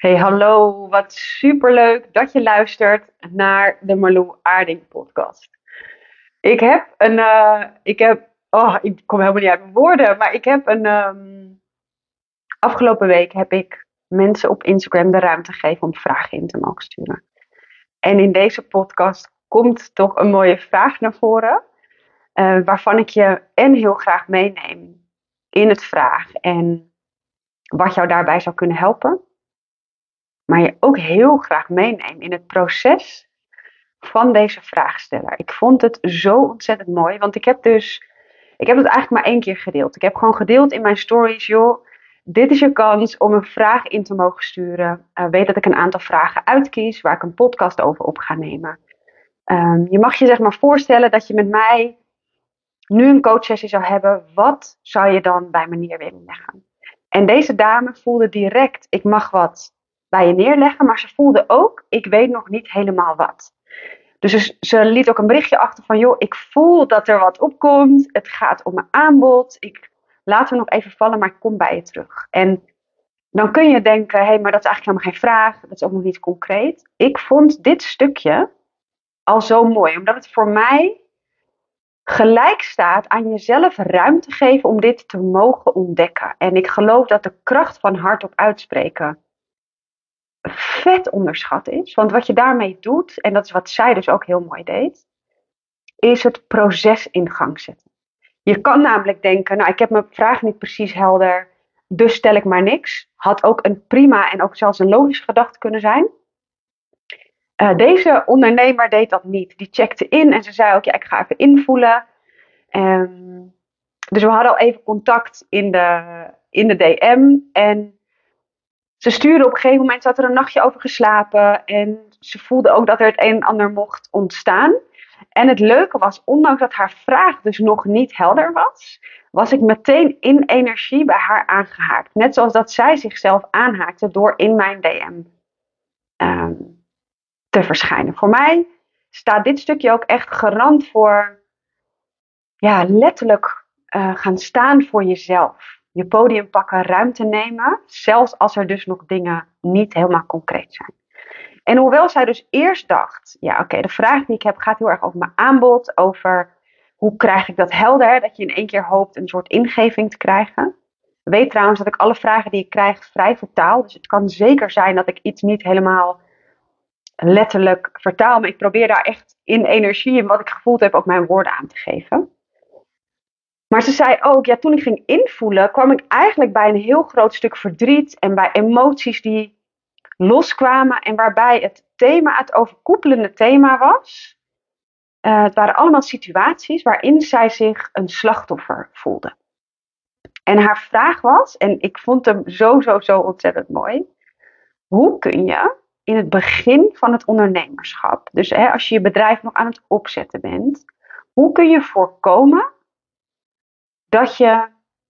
Hey, hallo. Wat superleuk dat je luistert naar de Marlou Aarding podcast. Ik kom helemaal niet uit mijn woorden, maar afgelopen week heb ik mensen op Instagram de ruimte gegeven om vragen in te mogen sturen. En in deze podcast komt toch een mooie vraag naar voren, waarvan ik je heel graag meeneem in het vraag en wat jou daarbij zou kunnen helpen. Maar je ook heel graag meeneem in het proces van deze vraagsteller. Ik vond het zo ontzettend mooi, want ik heb het eigenlijk maar één keer gedeeld. Ik heb gewoon gedeeld in mijn stories, joh, dit is je kans om een vraag in te mogen sturen. Weet dat ik een aantal vragen uitkies waar ik een podcast over op ga nemen. Je mag je zeg maar voorstellen dat je met mij nu een coachsessie zou hebben. Wat zou je dan bij me neer willen leggen? En deze dame voelde direct, ik mag wat bij je neerleggen, maar ze voelde ook, ik weet nog niet helemaal wat. Dus ze liet ook een berichtje achter van, joh, ik voel dat er wat opkomt. Het gaat om mijn aanbod. Laat me nog even vallen, maar ik kom bij je terug. En dan kun je denken, hé, maar dat is eigenlijk helemaal geen vraag. Dat is ook nog niet concreet. Ik vond dit stukje al zo mooi, omdat het voor mij gelijk staat aan jezelf ruimte geven om dit te mogen ontdekken. En ik geloof dat de kracht van hardop uitspreken vet onderschat is. Want wat je daarmee doet, en dat is wat zij dus ook heel mooi deed, is het proces in gang zetten. Je kan namelijk denken, nou, ik heb mijn vraag niet precies helder, dus stel ik maar niks. Had ook een prima en ook zelfs een logische gedachte kunnen zijn. Deze ondernemer deed dat niet. Die checkte in en ze zei ook, ja, ik ga even invoelen. Dus we hadden al even contact in de DM. En ze stuurde op een gegeven moment, ze had er een nachtje over geslapen. En ze voelde ook dat er het een en ander mocht ontstaan. En het leuke was, ondanks dat haar vraag dus nog niet helder was, was ik meteen in energie bij haar aangehaakt. Net zoals dat zij zichzelf aanhaakte door in mijn DM te verschijnen. Voor mij staat dit stukje ook echt garant voor, ja, letterlijk gaan staan voor jezelf. Je podium pakken, ruimte nemen, zelfs als er dus nog dingen niet helemaal concreet zijn. En hoewel zij dus eerst dacht, ja oké, de vraag die ik heb gaat heel erg over mijn aanbod, over hoe krijg ik dat helder, dat je in één keer hoopt een soort ingeving te krijgen. Weet trouwens dat ik alle vragen die ik krijg vrij vertaal, dus het kan zeker zijn dat ik iets niet helemaal letterlijk vertaal, maar ik probeer daar echt in energie en wat ik gevoeld heb ook mijn woorden aan te geven. Maar ze zei ook, ja, toen ik ging invoelen, kwam ik eigenlijk bij een heel groot stuk verdriet en bij emoties die loskwamen en waarbij het overkoepelende thema was. Het waren allemaal situaties waarin zij zich een slachtoffer voelde. En haar vraag was, en ik vond hem zo ontzettend mooi. Hoe kun je in het begin van het ondernemerschap, dus als je je bedrijf nog aan het opzetten bent, hoe kun je voorkomen dat je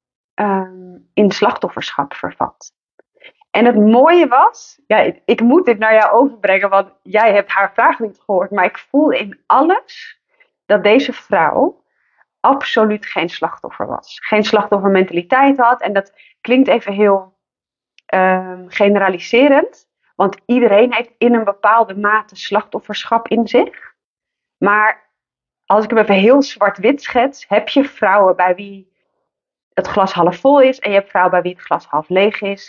in slachtofferschap vervat? En het mooie was, ja, ik moet dit naar jou overbrengen, want jij hebt haar vraag niet gehoord, maar ik voel in alles dat deze vrouw absoluut geen slachtoffer was. Geen slachtoffermentaliteit had. En dat klinkt even heel generaliserend, want iedereen heeft in een bepaalde mate slachtofferschap in zich. Maar als ik hem even heel zwart-wit schets, heb je vrouwen bij wie het glas half vol is en je hebt vrouwen bij wie het glas half leeg is.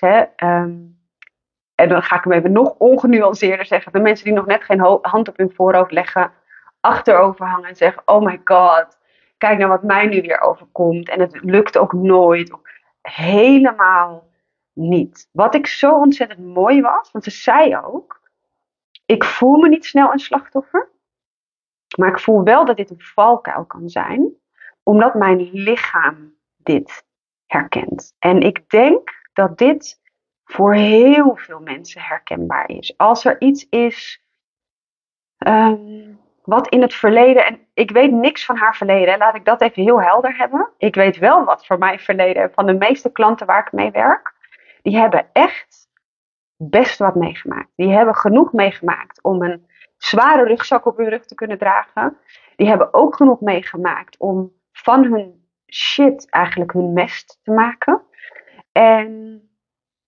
En dan ga ik hem even nog ongenuanceerder zeggen. De mensen die nog net geen hand op hun voorhoofd leggen, achterover hangen en zeggen, oh my god, kijk nou wat mij nu weer overkomt. En het lukt ook nooit. Helemaal niet. Wat ik zo ontzettend mooi was, want ze zei ook, ik voel me niet snel een slachtoffer. Maar ik voel wel dat dit een valkuil kan zijn, omdat mijn lichaam dit herkent. En ik denk dat dit voor heel veel mensen herkenbaar is. Als er iets is wat in het verleden, en ik weet niks van haar verleden, laat ik dat even heel helder hebben. Ik weet wel wat van mijn verleden, van de meeste klanten waar ik mee werk, die hebben echt best wat meegemaakt. Die hebben genoeg meegemaakt om een zware rugzak op hun rug te kunnen dragen. Die hebben ook genoeg meegemaakt om van hun shit eigenlijk hun mest te maken. En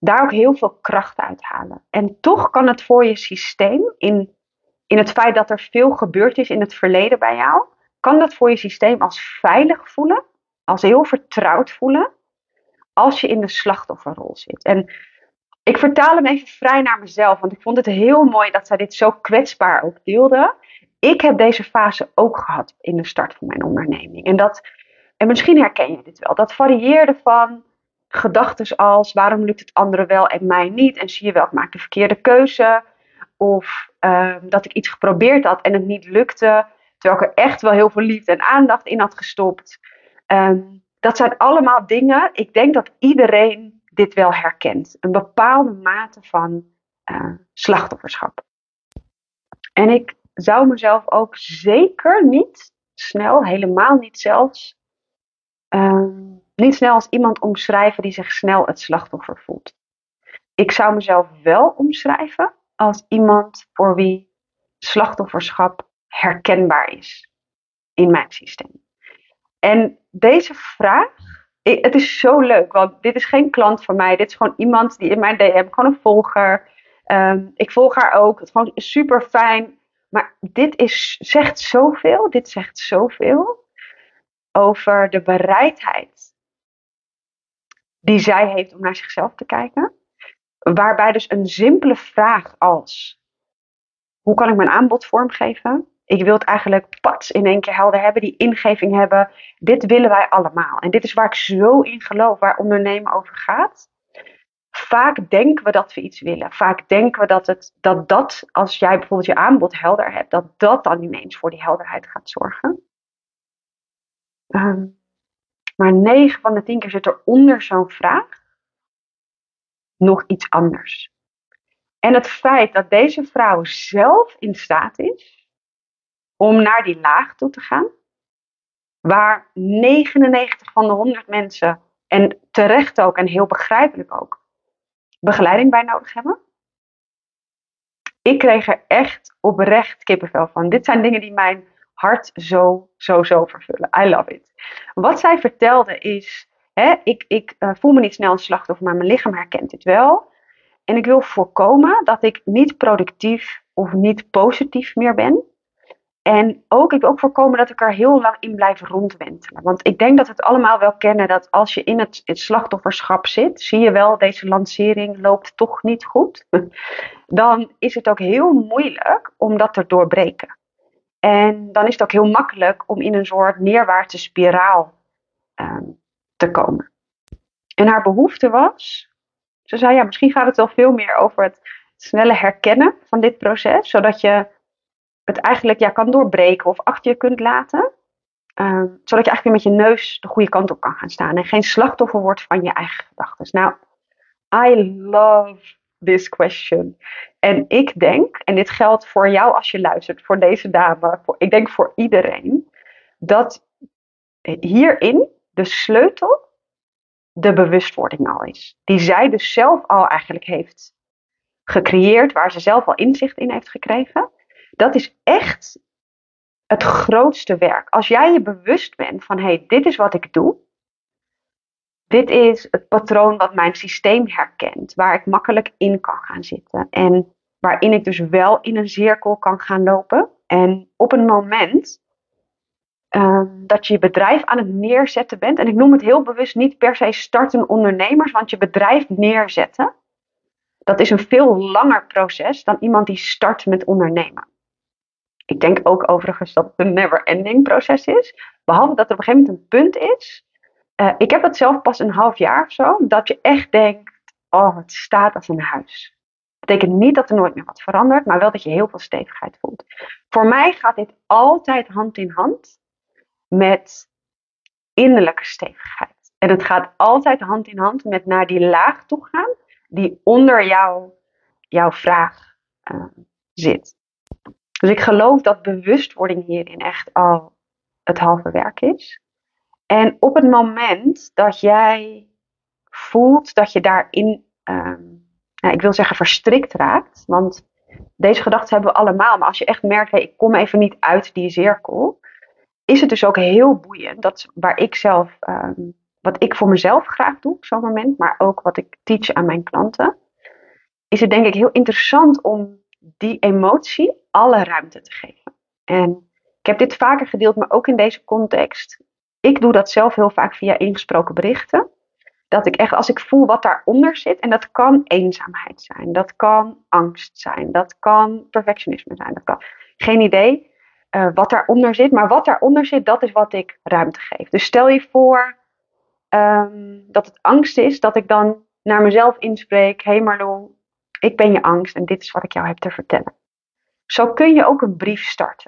daar ook heel veel kracht uit halen. En toch kan het voor je systeem, in het feit dat er veel gebeurd is in het verleden bij jou, kan dat voor je systeem als veilig voelen, als heel vertrouwd voelen, als je in de slachtofferrol zit. En ik vertaal hem even vrij naar mezelf, want ik vond het heel mooi dat zij dit zo kwetsbaar ook deelde. Ik heb deze fase ook gehad in de start van mijn onderneming. En misschien herken je dit wel. Dat varieerde van gedachten als waarom lukt het anderen wel en mij niet? En zie je wel, ik maak de verkeerde keuze. Of dat ik iets geprobeerd had en het niet lukte. Terwijl ik er echt wel heel veel liefde en aandacht in had gestopt. Dat zijn allemaal dingen, ik denk dat iedereen dit wel herkent. Een bepaalde mate van slachtofferschap. En ik zou mezelf ook zeker niet snel, helemaal niet zelfs, niet snel als iemand omschrijven die zich snel het slachtoffer voelt. Ik zou mezelf wel omschrijven als iemand voor wie slachtofferschap herkenbaar is in mijn systeem. En deze vraag, het is zo leuk, want dit is geen klant van mij. Dit is gewoon iemand die in mijn DM, gewoon een volger. Ik volg haar ook. Het is gewoon super fijn. Maar zegt zoveel. Dit zegt zoveel over de bereidheid die zij heeft om naar zichzelf te kijken. Waarbij dus een simpele vraag als: hoe kan ik mijn aanbod vormgeven? Ik wil het eigenlijk pats in één keer helder hebben, die ingeving hebben. Dit willen wij allemaal. En dit is waar ik zo in geloof, waar ondernemen over gaat. Vaak denken we dat we iets willen. Vaak denken we dat als jij bijvoorbeeld je aanbod helder hebt, dat dan ineens voor die helderheid gaat zorgen. Maar 9 van de 10 keer zit er onder zo'n vraag nog iets anders. En het feit dat deze vrouw zelf in staat is om naar die laag toe te gaan, waar 99 van de 100 mensen, en terecht ook en heel begrijpelijk ook, begeleiding bij nodig hebben. Ik kreeg er echt oprecht kippenvel van. Dit zijn dingen die mijn hart zo vervullen. I love it. Wat zij vertelde is, ik voel me niet snel een slachtoffer, maar mijn lichaam herkent dit wel. En ik wil voorkomen dat ik niet productief of niet positief meer ben. En ook, ik wil ook voorkomen dat ik er heel lang in blijf rondwentelen. Want ik denk dat we het allemaal wel kennen dat als je in het slachtofferschap zit, zie je wel, deze lancering loopt toch niet goed. Dan is het ook heel moeilijk om dat te doorbreken. En dan is het ook heel makkelijk om in een soort neerwaartse spiraal te komen. En haar behoefte was, ze zei, ja, misschien gaat het wel veel meer over het snelle herkennen van dit proces, zodat je het eigenlijk kan doorbreken of achter je kunt laten. Zodat je eigenlijk weer met je neus de goede kant op kan gaan staan. En geen slachtoffer wordt van je eigen gedachten. Nou, I love this question. En ik denk, en dit geldt voor jou als je luistert, voor deze dame, ik denk voor iedereen, dat hierin de sleutel de bewustwording al is. Die zij dus zelf al eigenlijk heeft gecreëerd, waar ze zelf al inzicht in heeft gekregen. Dat is echt het grootste werk. Als jij je bewust bent van, hey, dit is wat ik doe. Dit is het patroon wat mijn systeem herkent. Waar ik makkelijk in kan gaan zitten. En waarin ik dus wel in een cirkel kan gaan lopen. En op een moment dat je je bedrijf aan het neerzetten bent. En ik noem het heel bewust niet per se starten ondernemers. Want je bedrijf neerzetten, dat is een veel langer proces dan iemand die start met ondernemen. Ik denk ook overigens dat het een never-ending proces is. Behalve dat er op een gegeven moment een punt is. Ik heb het zelf pas een half jaar of zo. Dat je echt denkt, oh, het staat als een huis. Dat betekent niet dat er nooit meer wat verandert. Maar wel dat je heel veel stevigheid voelt. Voor mij gaat dit altijd hand in hand met innerlijke stevigheid. En het gaat altijd hand in hand met naar die laag toe gaan. Die onder jouw vraag zit. Dus ik geloof dat bewustwording hierin echt al het halve werk is. En op het moment dat jij voelt dat je daarin, ik wil zeggen verstrikt raakt. Want deze gedachten hebben we allemaal. Maar als je echt merkt, hey, ik kom even niet uit die cirkel. Is het dus ook heel boeiend. Dat waar ik zelf wat ik voor mezelf graag doe op zo'n moment, maar ook wat ik teach aan mijn klanten, is het denk ik heel interessant om die emotie alle ruimte te geven. En ik heb dit vaker gedeeld, maar ook in deze context. Ik doe dat zelf heel vaak via ingesproken berichten. Dat ik echt, als ik voel wat daaronder zit, en dat kan eenzaamheid zijn, dat kan angst zijn, dat kan perfectionisme zijn, dat kan geen idee wat daaronder zit. Maar wat daaronder zit, dat is wat ik ruimte geef. Dus stel je voor dat het angst is, dat ik dan naar mezelf inspreek. Hé Marlon, ik ben je angst en dit is wat ik jou heb te vertellen. Zo kun je ook een brief starten.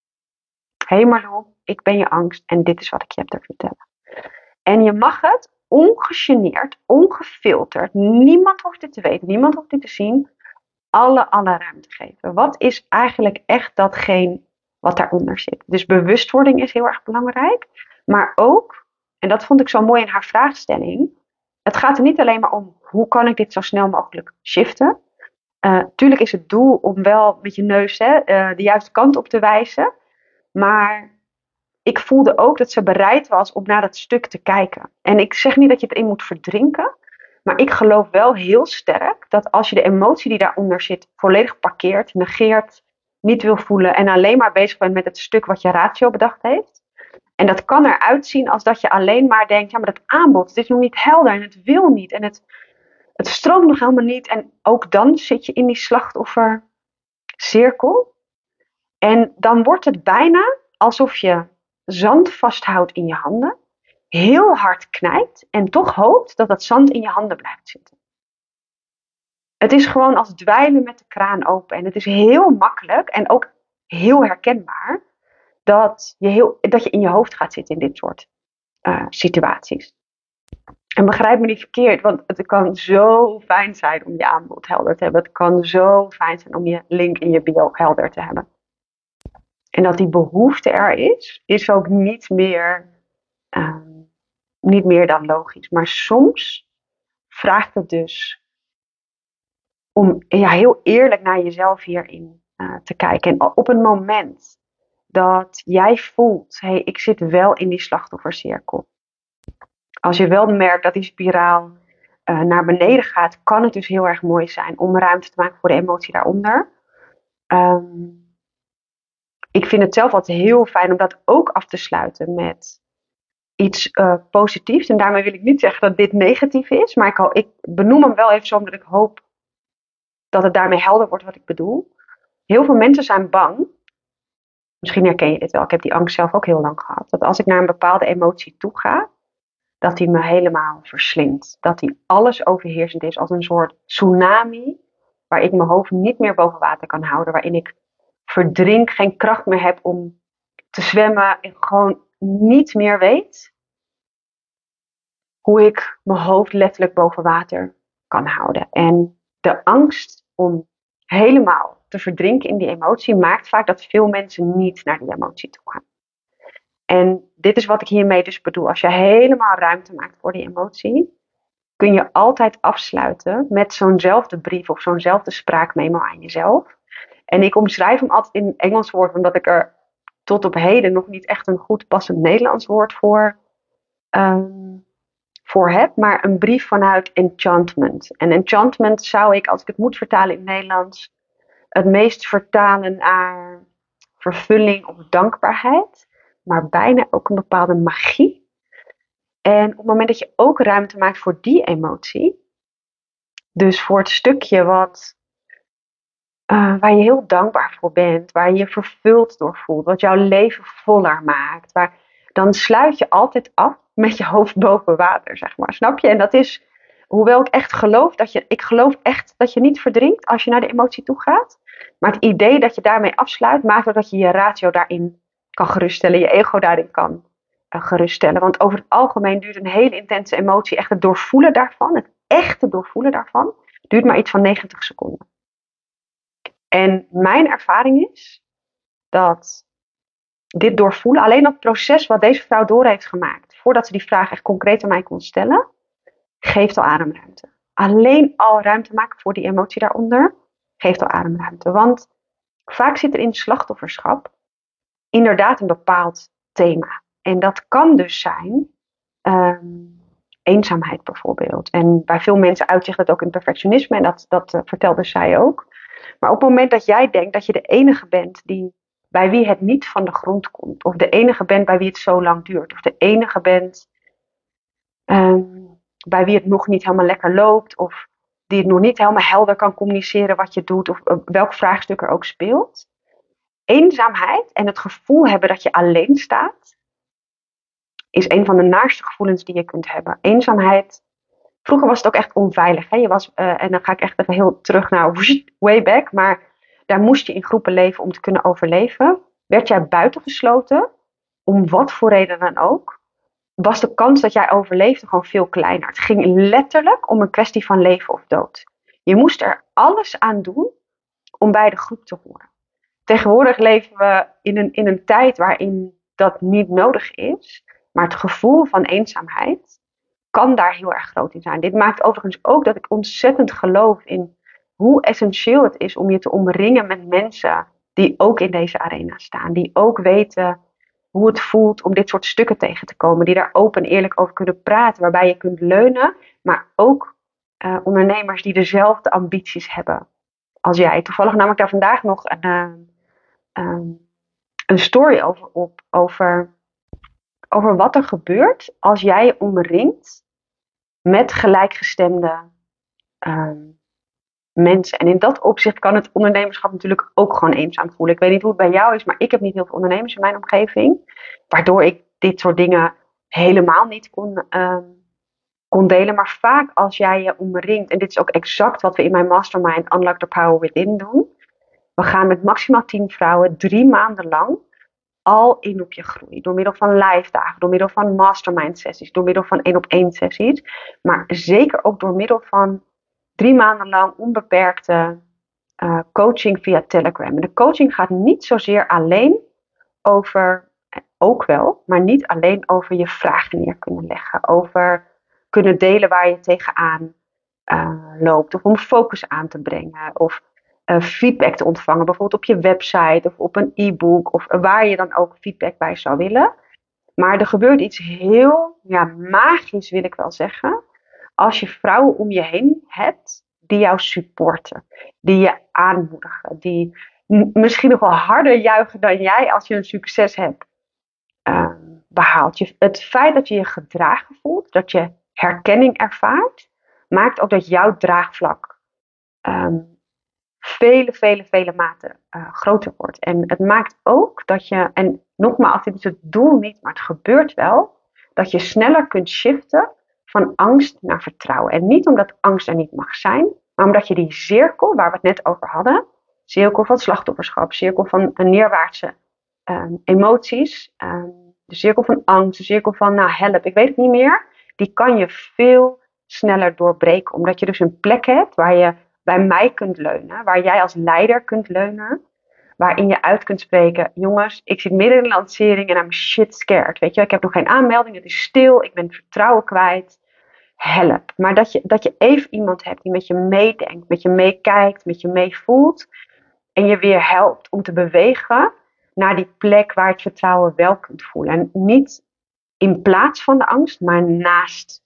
Hé Marlon, ik ben je angst en dit is wat ik je heb te vertellen. En je mag het ongegeneerd, ongefilterd, niemand hoeft dit te weten, niemand hoeft dit te zien, alle ruimte geven. Wat is eigenlijk echt datgene wat daaronder zit? Dus bewustwording is heel erg belangrijk, maar ook, en dat vond ik zo mooi in haar vraagstelling, het gaat er niet alleen maar om hoe kan ik dit zo snel mogelijk shiften. Tuurlijk is het doel om wel met je neus de juiste kant op te wijzen, maar ik voelde ook dat ze bereid was om naar dat stuk te kijken. En ik zeg niet dat je erin moet verdrinken, maar ik geloof wel heel sterk dat als je de emotie die daaronder zit volledig parkeert, negeert, niet wil voelen en alleen maar bezig bent met het stuk wat je ratio bedacht heeft. En dat kan eruit zien als dat je alleen maar denkt, ja maar dat aanbod, het is nog niet helder en het wil niet en het stroomt nog helemaal niet. En ook dan zit je in die slachtoffercirkel. En dan wordt het bijna alsof je zand vasthoudt in je handen, heel hard knijpt en toch hoopt dat dat zand in je handen blijft zitten. Het is gewoon als dweilen met de kraan open. En het is heel makkelijk en ook heel herkenbaar dat je in je hoofd gaat zitten in dit soort situaties. En begrijp me niet verkeerd, want het kan zo fijn zijn om je aanbod helder te hebben. Het kan zo fijn zijn om je link in je bio helder te hebben. En dat die behoefte er is ook niet meer dan logisch. Maar soms vraagt het dus om heel eerlijk naar jezelf hierin te kijken. En op het moment dat jij voelt, hey, ik zit wel in die slachtoffercirkel. Als je wel merkt dat die spiraal naar beneden gaat, kan het dus heel erg mooi zijn om ruimte te maken voor de emotie daaronder. Ik vind het zelf altijd heel fijn om dat ook af te sluiten met iets positiefs. En daarmee wil ik niet zeggen dat dit negatief is, maar ik benoem hem wel even zo omdat ik hoop dat het daarmee helder wordt wat ik bedoel. Heel veel mensen zijn bang. Misschien herken je dit wel. Ik heb die angst zelf ook heel lang gehad. Dat als ik naar een bepaalde emotie toe ga, dat die me helemaal verslindt. Dat die alles overheersend is als een soort tsunami, waar ik mijn hoofd niet meer boven water kan houden. Waarin ik verdrink, geen kracht meer heb om te zwemmen. En gewoon niet meer weet hoe ik mijn hoofd letterlijk boven water kan houden. En de angst om helemaal te verdrinken in die emotie maakt vaak dat veel mensen niet naar die emotie toe gaan. En dit is wat ik hiermee dus bedoel. Als je helemaal ruimte maakt voor die emotie, kun je altijd afsluiten met zo'nzelfde brief of zo'nzelfde spraakmemo aan jezelf. En ik omschrijf hem altijd in een Engels woord, omdat ik er tot op heden nog niet echt een goed passend Nederlands woord voor heb, maar een brief vanuit enchantment. En enchantment zou ik, als ik het moet vertalen in het Nederlands, het meest vertalen naar vervulling of dankbaarheid, maar bijna ook een bepaalde magie. En op het moment dat je ook ruimte maakt voor die emotie, dus voor het stukje waar je heel dankbaar voor bent, waar je je vervuld door voelt, wat jouw leven voller maakt, dan sluit je altijd af met je hoofd boven water, zeg maar. Snap je? En dat is, hoewel ik echt geloof ik geloof echt dat je niet verdrinkt als je naar de emotie toe gaat. Maar het idee dat je daarmee afsluit, maakt ook dat je je ratio daarin kan geruststellen, je ego daarin kan geruststellen. Want over het algemeen duurt een hele intense emotie, echt het doorvoelen daarvan, het echte doorvoelen daarvan, duurt maar iets van 90 seconden. En mijn ervaring is dat dit doorvoelen, alleen dat proces wat deze vrouw door heeft gemaakt, voordat ze die vraag echt concreet aan mij kon stellen, geeft al ademruimte. Alleen al ruimte maken voor die emotie daaronder, geeft al ademruimte. Want vaak zit er in slachtofferschap inderdaad een bepaald thema. En dat kan dus zijn eenzaamheid bijvoorbeeld. En bij veel mensen uitzicht dat ook in perfectionisme. En dat vertelde zij ook. Maar op het moment dat jij denkt dat je de enige bent bij wie het niet van de grond komt. Of de enige bent bij wie het zo lang duurt. Of de enige bent bij wie het nog niet helemaal lekker loopt. Of die het nog niet helemaal helder kan communiceren wat je doet. Of welk vraagstuk er ook speelt. Eenzaamheid en het gevoel hebben dat je alleen staat. Is een van de naarste gevoelens die je kunt hebben. Eenzaamheid. Vroeger was het ook echt onveilig. Hè? En dan ga ik echt even heel terug naar way back. Maar daar moest je in groepen leven om te kunnen overleven. Werd jij buitengesloten, om wat voor reden dan ook, was de kans dat jij overleefde gewoon veel kleiner. Het ging letterlijk om een kwestie van leven of dood. Je moest er alles aan doen om bij de groep te horen. Tegenwoordig leven we in een tijd waarin dat niet nodig is. Maar het gevoel van eenzaamheid kan daar heel erg groot in zijn. Dit maakt overigens ook dat ik ontzettend geloof in hoe essentieel het is om je te omringen met mensen die ook in deze arena staan. Die ook weten hoe het voelt om dit soort stukken tegen te komen. Die daar open en eerlijk over kunnen praten. Waarbij je kunt leunen. Maar ook ondernemers die dezelfde ambities hebben als jij. Toevallig nam ik daar vandaag nog een story over op. Over wat er gebeurt als jij je omringt met gelijkgestemde mensen. En in dat opzicht kan het ondernemerschap natuurlijk ook gewoon eenzaam voelen. Ik weet niet hoe het bij jou is, maar ik heb niet heel veel ondernemers in mijn omgeving. Waardoor ik dit soort dingen helemaal niet kon delen. Maar vaak als jij je omringt, en dit is ook exact wat we in mijn mastermind Unlock the Power Within doen. We gaan met maximaal 10 vrouwen 3 maanden lang al in op je groei. Door middel van live dagen, door middel van mastermind sessies, door middel van 1-op-1 sessies. Maar zeker ook door middel van 3 maanden lang onbeperkte coaching via Telegram. En de coaching gaat niet zozeer alleen over, ook wel, maar niet alleen over je vragen neer kunnen leggen. Over kunnen delen waar je tegenaan loopt. Of om focus aan te brengen. Of feedback te ontvangen. Bijvoorbeeld op je website of op een e-book. Of waar je dan ook feedback bij zou willen. Maar er gebeurt iets heel magisch, wil ik wel zeggen. Als je vrouwen om je heen hebt die jou supporten. Die je aanmoedigen. Die misschien nog wel harder juichen dan jij als je een succes hebt behaald. Het feit dat je je gedragen voelt. Dat je herkenning ervaart. Maakt ook dat jouw draagvlak vele maten groter wordt. En het maakt ook dat je, en nogmaals, dit is het doel niet, maar het gebeurt wel, dat je sneller kunt shiften van angst naar vertrouwen. En niet omdat angst er niet mag zijn, maar omdat je die cirkel, waar we het net over hadden, cirkel van slachtofferschap, cirkel van neerwaartse emoties, de cirkel van angst, de cirkel van help, ik weet het niet meer, die kan je veel sneller doorbreken. Omdat je dus een plek hebt waar je bij mij kunt leunen, waar jij als leider kunt leunen, waarin je uit kunt spreken, jongens, ik zit midden in een lancering en I'm shit scared, weet je, ik heb nog geen aanmelding, het is stil, ik ben het vertrouwen kwijt, help. Maar dat je even iemand hebt die met je meedenkt, met je meekijkt, met je meevoelt en je weer helpt om te bewegen naar die plek waar het vertrouwen wel kunt voelen. En niet in plaats van de angst, maar naast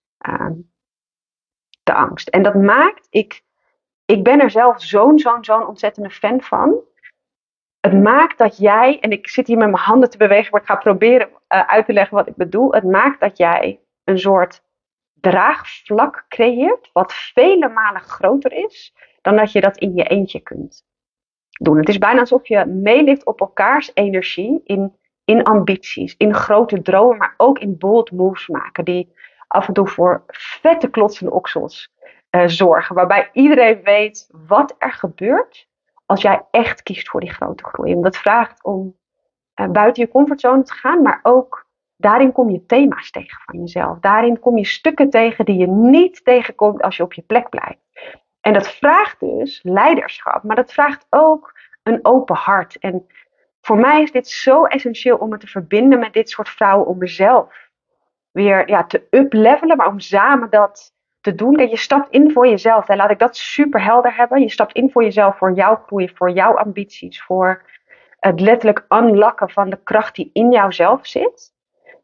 de angst. En dat maakt, ik ben er zelf zo'n ontzettende fan van. Het maakt dat jij, en ik zit hier met mijn handen te bewegen, maar ik ga proberen uit te leggen wat ik bedoel. Het maakt dat jij een soort draagvlak creëert, wat vele malen groter is dan dat je dat in je eentje kunt doen. Het is bijna alsof je meelift op elkaars energie in ambities, in grote dromen, maar ook in bold moves maken die af en toe voor vette klotsende oksels zorgen. Waarbij iedereen weet wat er gebeurt als jij echt kiest voor die grote groei. En dat vraagt om buiten je comfortzone te gaan, maar ook daarin kom je thema's tegen van jezelf. Daarin kom je stukken tegen die je niet tegenkomt als je op je plek blijft. En dat vraagt dus leiderschap, maar dat vraagt ook een open hart. En voor mij is dit zo essentieel om me te verbinden met dit soort vrouwen, om mezelf weer te uplevelen, maar om samen dat te doen. En je stapt in voor jezelf. En laat ik dat super helder hebben. Je stapt in voor jezelf, voor jouw groei, voor jouw ambities, voor het letterlijk unlocken van de kracht die in jouzelf zit.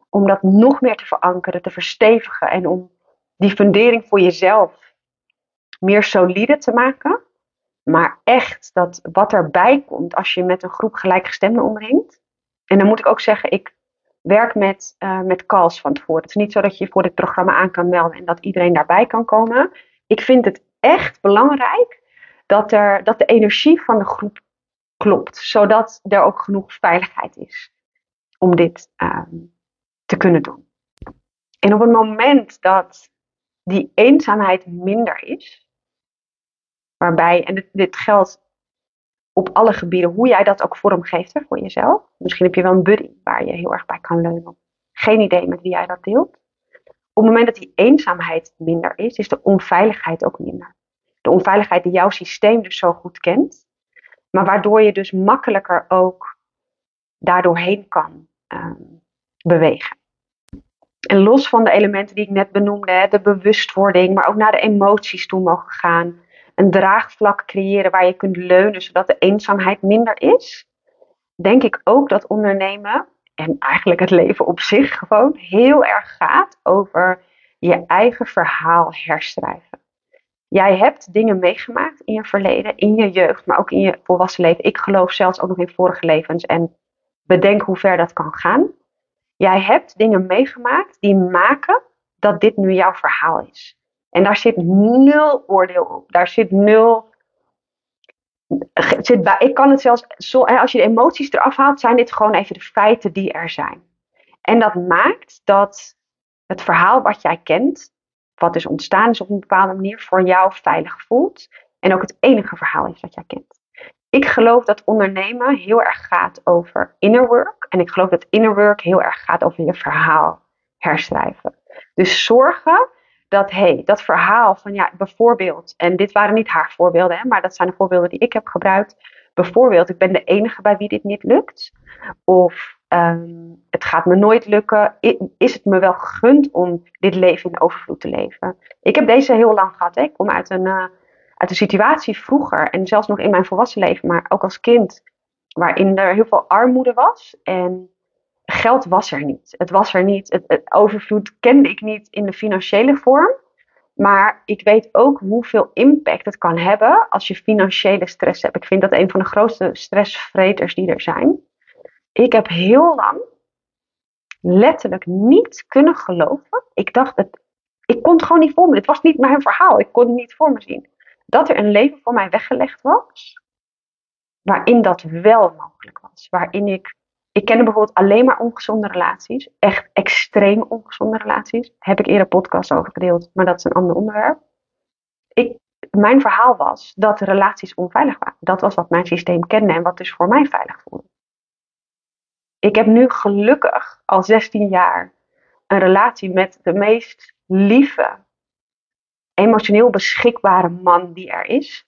om dat nog meer te verankeren, te verstevigen en om die fundering voor jezelf meer solide te maken. Maar echt dat wat erbij komt als je met een groep gelijkgestemden omringt. En dan moet ik ook zeggen, ik werk met calls van tevoren. Het is niet zo dat je voor dit programma aan kan melden en dat iedereen daarbij kan komen. Ik vind het echt belangrijk dat de energie van de groep klopt. Zodat er ook genoeg veiligheid is om dit te kunnen doen. En op het moment dat die eenzaamheid minder is, waarbij, en dit geldt op alle gebieden, hoe jij dat ook vormgeeft voor jezelf. Misschien heb je wel een buddy waar je heel erg bij kan leunen. Geen idee met wie jij dat deelt. Op het moment dat die eenzaamheid minder is de onveiligheid ook minder. De onveiligheid die jouw systeem dus zo goed kent, maar waardoor je dus makkelijker ook daardoorheen kan bewegen. En los van de elementen die ik net benoemde, de bewustwording, maar ook naar de emoties toe mogen gaan. Een draagvlak creëren waar je kunt leunen, zodat de eenzaamheid minder is. Denk ik ook dat ondernemen, en eigenlijk het leven op zich gewoon, heel erg gaat over je eigen verhaal herschrijven. Jij hebt dingen meegemaakt in je verleden, in je jeugd, maar ook in je volwassen leven. Ik geloof zelfs ook nog in vorige levens en bedenk hoe ver dat kan gaan. Jij hebt dingen meegemaakt die maken dat dit nu jouw verhaal is. En daar zit nul oordeel op. Daar zit nul. Ik kan het zelfs, als je de emoties eraf haalt, zijn dit gewoon even de feiten die er zijn. En dat maakt dat het verhaal wat jij kent, wat dus ontstaan is op een bepaalde manier, voor jou veilig voelt. En ook het enige verhaal is dat jij kent. Ik geloof dat ondernemen heel erg gaat over inner work. En ik geloof dat inner work heel erg gaat over je verhaal herschrijven. Dus zorgen dat, dat verhaal van bijvoorbeeld, en dit waren niet haar voorbeelden, maar dat zijn de voorbeelden die ik heb gebruikt. Bijvoorbeeld, ik ben de enige bij wie dit niet lukt. Of het gaat me nooit lukken. Is het me wel gegund om dit leven in overvloed te leven? Ik heb deze heel lang gehad. Ik kom uit een situatie vroeger en zelfs nog in mijn volwassen leven, maar ook als kind, waarin er heel veel armoede was en geld was er niet. Het was er niet. Het overvloed kende ik niet in de financiële vorm, maar ik weet ook hoeveel impact het kan hebben als je financiële stress hebt. Ik vind dat een van de grootste stressvreters die er zijn. Ik heb heel lang letterlijk niet kunnen geloven. Ik kon het gewoon niet voor me. Het was niet mijn verhaal. Ik kon het niet voor me zien. Dat er een leven voor mij weggelegd was, waarin dat wel mogelijk was. Waarin ik kende bijvoorbeeld alleen maar ongezonde relaties. Echt extreem ongezonde relaties. Daar heb ik eerder podcasts over gedeeld, maar dat is een ander onderwerp. Mijn verhaal was dat relaties onveilig waren. Dat was wat mijn systeem kende en wat dus voor mij veilig voelde. Ik heb nu gelukkig al 16 jaar een relatie met de meest lieve, emotioneel beschikbare man die er is.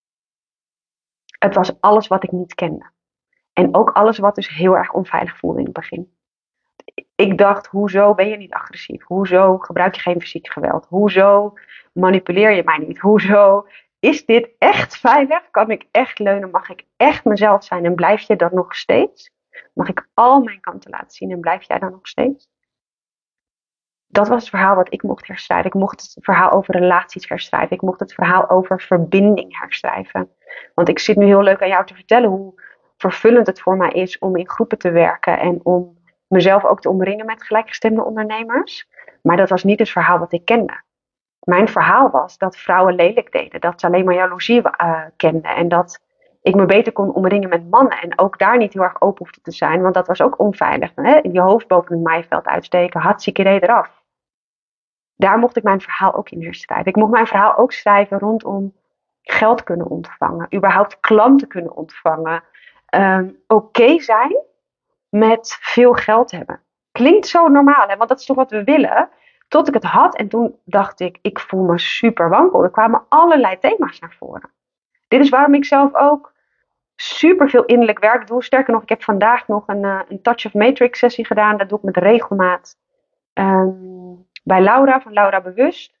Het was alles wat ik niet kende. En ook alles wat dus heel erg onveilig voelde in het begin. Ik dacht, hoezo ben je niet agressief? Hoezo gebruik je geen fysiek geweld? Hoezo manipuleer je mij niet? Hoezo is dit echt veilig? Kan ik echt leunen? Mag ik echt mezelf zijn? En blijf je dat nog steeds? Mag ik al mijn kanten laten zien en blijf jij dan nog steeds? Dat was het verhaal wat ik mocht herschrijven. Ik mocht het verhaal over relaties herschrijven. Ik mocht het verhaal over verbinding herschrijven. Want ik zit nu heel leuk aan jou te vertellen hoe vervullend het voor mij is om in groepen te werken en om mezelf ook te omringen met gelijkgestemde ondernemers. Maar dat was niet het verhaal wat ik kende. Mijn verhaal was dat vrouwen lelijk deden, dat ze alleen maar jaloezie kenden en dat ik me beter kon omringen met mannen en ook daar niet heel erg open hoefde te zijn, want dat was ook onveilig. Hè? Je hoofd boven het maaiveld uitsteken, hartstikke idee eraf. Daar mocht ik mijn verhaal ook in herschrijven. Ik mocht mijn verhaal ook schrijven rondom geld kunnen ontvangen, überhaupt klanten kunnen ontvangen, oké zijn met veel geld hebben. Klinkt zo normaal, hè? Want dat is toch wat we willen. Tot ik het had en toen dacht ik voel me super wankel. Er kwamen allerlei thema's naar voren. Dit is waarom ik zelf ook super veel innerlijk werk doe. Sterker nog, ik heb vandaag nog een Touch of Matrix sessie gedaan. Dat doe ik met regelmaat bij Laura, van Laura Bewust.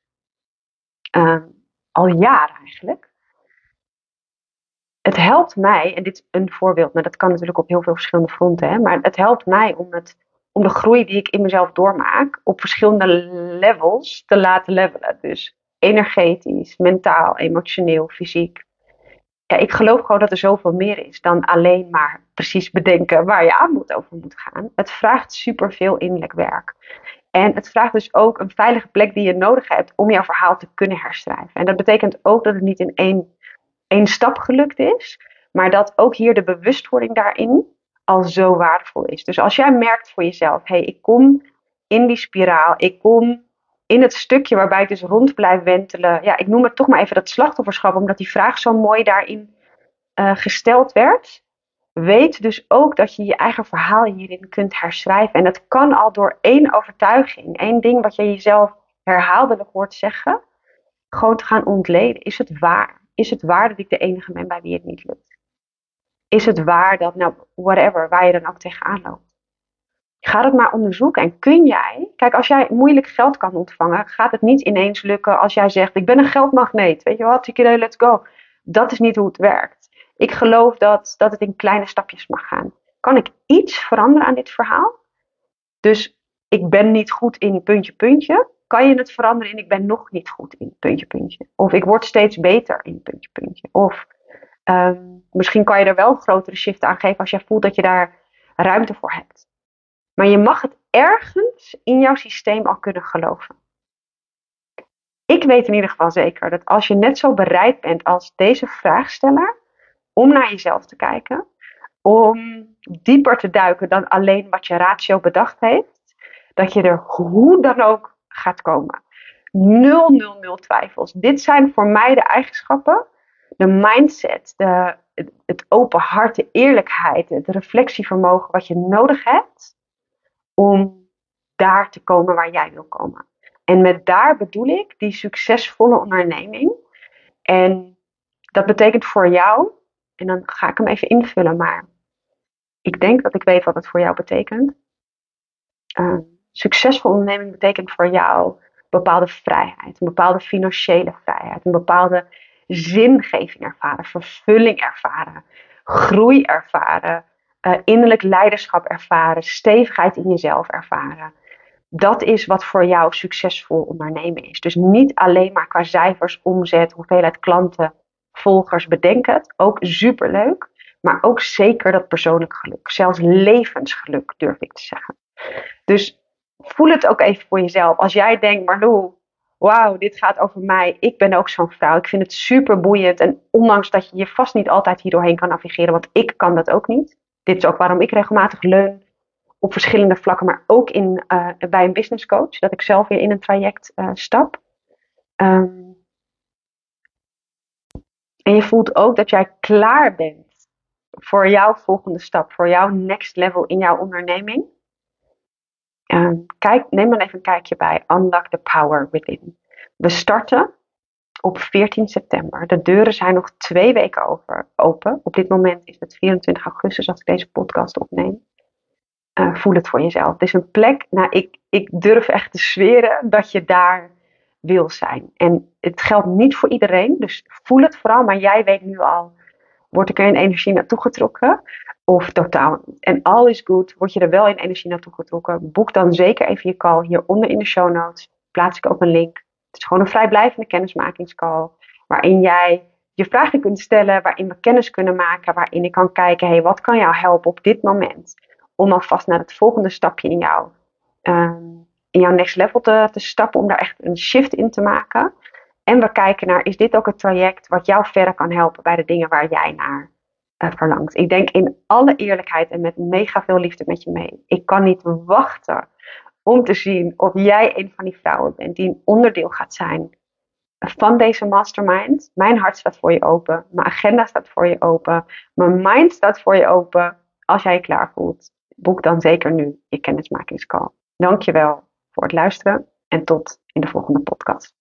Al jaren eigenlijk. Het helpt mij, en dit is een voorbeeld, maar dat kan natuurlijk op heel veel verschillende fronten. Hè, maar het helpt mij om de groei die ik in mezelf doormaak op verschillende levels te laten levelen. Dus energetisch, mentaal, emotioneel, fysiek. Ja, ik geloof gewoon dat er zoveel meer is dan alleen maar precies bedenken waar je aanbod over moet gaan. Het vraagt superveel innerlijk werk. En het vraagt dus ook een veilige plek die je nodig hebt om jouw verhaal te kunnen herschrijven. En dat betekent ook dat het niet in één stap gelukt is, maar dat ook hier de bewustwording daarin al zo waardevol is. Dus als jij merkt voor jezelf, hey, ik kom in die spiraal, ik kom in het stukje waarbij ik dus rond blijf wentelen. Ja, ik noem het toch maar even dat slachtofferschap, omdat die vraag zo mooi daarin gesteld werd. Weet dus ook dat je je eigen verhaal hierin kunt herschrijven. En dat kan al door één overtuiging, één ding wat je jezelf herhaaldelijk hoort zeggen, gewoon te gaan ontleden. Is het waar? Is het waar dat ik de enige ben bij wie het niet lukt? Is het waar dat, nou, whatever, waar je dan ook tegenaan loopt? Ga het maar onderzoeken. En kun jij, kijk, als jij moeilijk geld kan ontvangen, gaat het niet ineens lukken als jij zegt, ik ben een geldmagneet. Weet je wat, tikkie, let's go. Dat is niet hoe het werkt. Ik geloof dat het in kleine stapjes mag gaan. Kan ik iets veranderen aan dit verhaal? Dus ik ben niet goed in puntje, puntje. Kan je het veranderen in ik ben nog niet goed in puntje, puntje. Of ik word steeds beter in puntje, puntje. Of misschien kan je er wel een grotere shift aan geven als je voelt dat je daar ruimte voor hebt. Maar je mag het ergens in jouw systeem al kunnen geloven. Ik weet in ieder geval zeker dat als je net zo bereid bent als deze vraagsteller om naar jezelf te kijken, om dieper te duiken dan alleen wat je ratio bedacht heeft, dat je er hoe dan ook gaat komen. 0 twijfels. Dit zijn voor mij de eigenschappen, de mindset, het open hart, de eerlijkheid, het reflectievermogen wat je nodig hebt om daar te komen waar jij wil komen. En met daar bedoel ik die succesvolle onderneming. En dat betekent voor jou, en dan ga ik hem even invullen, maar ik denk dat ik weet wat het voor jou betekent. Succesvolle onderneming betekent voor jou bepaalde vrijheid, een bepaalde financiële vrijheid, een bepaalde zingeving ervaren, vervulling ervaren, groei ervaren, innerlijk leiderschap ervaren, stevigheid in jezelf ervaren. Dat is wat voor jou succesvol ondernemen is. Dus niet alleen maar qua cijfers, omzet, hoeveelheid klanten, volgers, bedenk het. Ook superleuk, maar ook zeker dat persoonlijk geluk. Zelfs levensgeluk durf ik te zeggen. Dus voel het ook even voor jezelf. Als jij denkt, Marlou, wauw, dit gaat over mij. Ik ben ook zo'n vrouw. Ik vind het super boeiend. En ondanks dat je je vast niet altijd hier doorheen kan navigeren, want ik kan dat ook niet. Dit is ook waarom ik regelmatig leun op verschillende vlakken, maar ook bij een business coach. Dat ik zelf weer in een traject stap. En je voelt ook dat jij klaar bent voor jouw volgende stap. Voor jouw next level in jouw onderneming. Neem dan even een kijkje bij Unlock the Power Within. We starten op 14 september. De deuren zijn nog 2 weken open. Op dit moment is het 24 augustus als ik deze podcast opneem. Voel het voor jezelf. Het is een plek, ik durf echt te zweren dat je daar wil zijn. En het geldt niet voor iedereen, dus voel het vooral. Maar jij weet nu al, word ik er in energie naartoe getrokken? Of totaal niet. En all is good, word je er wel in energie naartoe getrokken? Boek dan zeker even je call. Hieronder in de show notes plaats ik ook een link. Het is gewoon een vrijblijvende kennismakingscall. Waarin jij je vragen kunt stellen, waarin we kennis kunnen maken. Waarin ik kan kijken, hey, wat kan jou helpen op dit moment? Om alvast naar het volgende stapje in jouw next level te stappen. Om daar echt een shift in te maken. En we kijken naar, is dit ook het traject wat jou verder kan helpen bij de dingen waar jij naar verlangt. Ik denk in alle eerlijkheid en met mega veel liefde met je mee. Ik kan niet wachten om te zien of jij een van die vrouwen bent die een onderdeel gaat zijn van deze mastermind. Mijn hart staat voor je open. Mijn agenda staat voor je open. Mijn mind staat voor je open. Als jij je klaar voelt, boek dan zeker nu je kennismakingscall. Dankjewel voor het luisteren en tot in de volgende podcast.